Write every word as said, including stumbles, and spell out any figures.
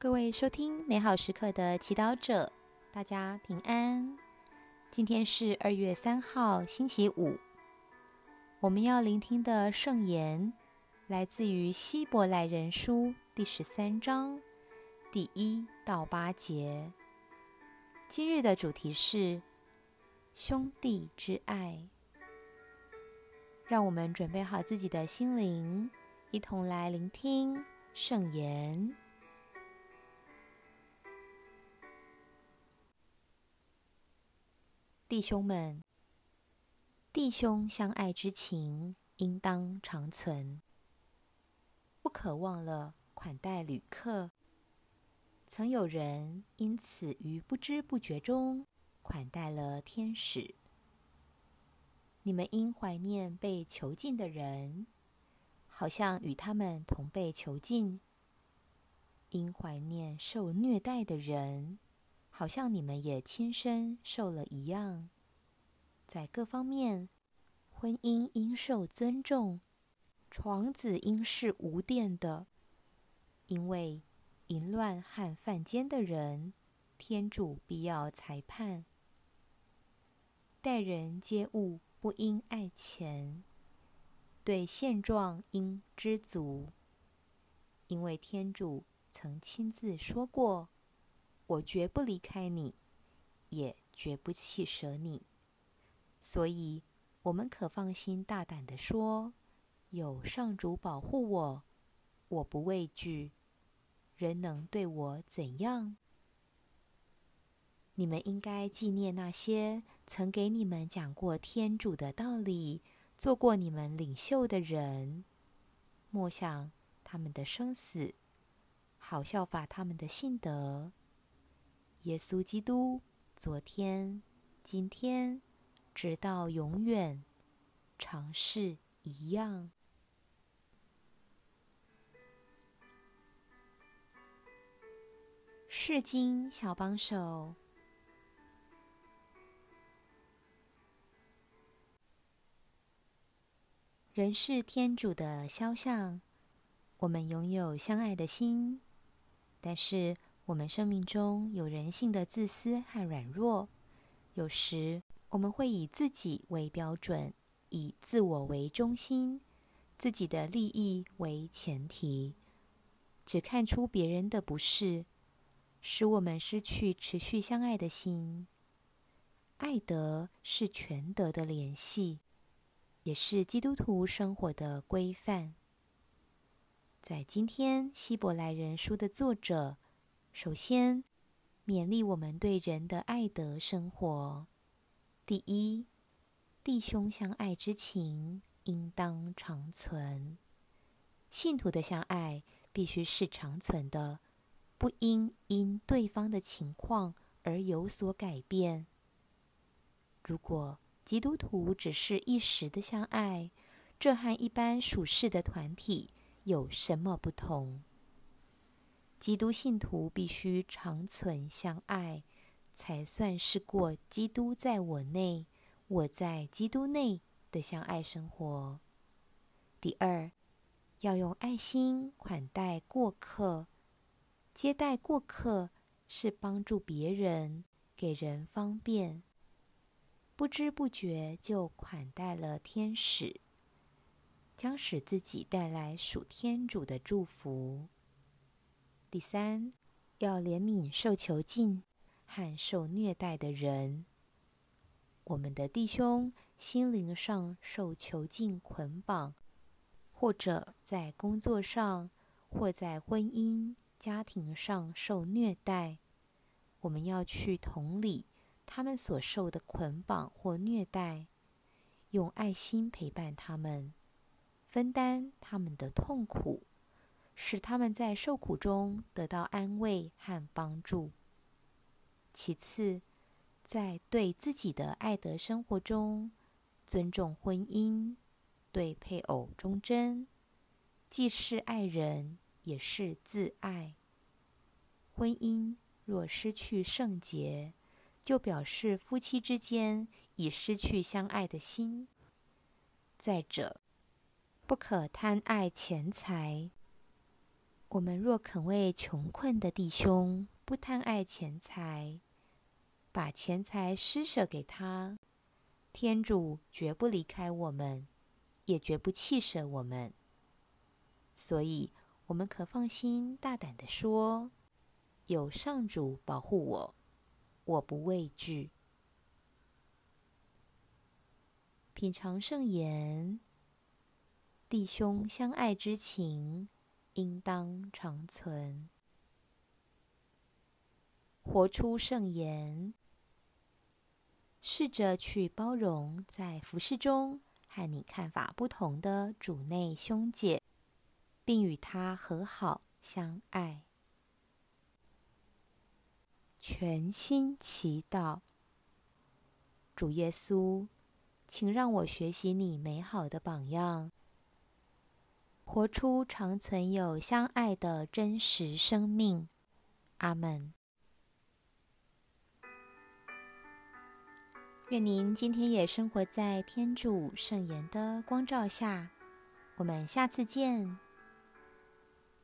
各位收听美好时刻的祈祷者，大家平安。今天是二月三号，星期五。我们要聆听的圣言来自于希伯来人书第十三章第一到八节。今日的主题是兄弟之爱。让我们准备好自己的心灵，一同来聆听圣言。弟兄们，弟兄相爱之情应当长存，不可忘了款待旅客。曾有人因此于不知不觉中款待了天使。你们应怀念被囚禁的人，好像与他们同被囚禁；应怀念受虐待的人，好像你们也亲身受了一样。在各方面，婚姻应受尊重，床子应是无玷的，因为淫乱和犯奸的人，天主必要裁判。待人接物不应爱钱，对现状应知足，因为天主曾亲自说过：我绝不离开你，也绝不弃舍你。所以我们可放心大胆地说，有上主保护我，我不畏惧，人能对我怎样？你们应该纪念那些曾给你们讲过天主的道理，做过你们领袖的人，默想他们的生死，好效法他们的信德。耶稣基督昨天、今天，直到永远，常是一样。释经小帮手。人是天主的肖像，我们拥有相爱的心，但是我们生命中有人性的自私和软弱，有时我们会以自己为标准，以自我为中心，自己的利益为前提，只看出别人的不是，使我们失去持续相爱的心。爱德是全德的联系，也是基督徒生活的规范。在今天希伯来人书的作者，首先勉励我们对人的爱德生活。第一，弟兄相爱之情应当长存。信徒的相爱必须是长存的，不应因对方的情况而有所改变。如果基督徒只是一时的相爱，这和一般属世的团体有什么不同？基督信徒必须长存相爱，才算是过基督在我内，我在基督内的相爱生活。第二，要用爱心款待过客。接待过客是帮助别人，给人方便。不知不觉就款待了天使，将使自己带来属天主的祝福。第三，要怜悯受囚禁和受虐待的人。我们的弟兄心灵上受囚禁捆绑，或者在工作上，或在婚姻、家庭上受虐待，我们要去同理他们所受的捆绑或虐待，用爱心陪伴他们，分担他们的痛苦，使他们在受苦中得到安慰和帮助。其次，在对自己的爱德生活中，尊重婚姻，对配偶忠贞，既是爱人，也是自爱。婚姻若失去圣洁，就表示夫妻之间已失去相爱的心。再者，不可贪爱钱财。 我们若肯为穷困的弟兄不贪爱钱财，把钱财施舍给他，天主绝不离开我们，也绝不弃舍我们。所以我们可放心大胆地说，有上主保护我，我不畏惧。品尝圣言，弟兄相爱之情应当长存。活出圣言，试着去包容在服事中和你看法不同的主内兄姐，并与他和好相爱。全心祈祷，主耶稣，请让我学习你美好的榜样，活出长存有相爱的真实生命。阿们。愿您今天也生活在天主圣言的光照下。我们下次见。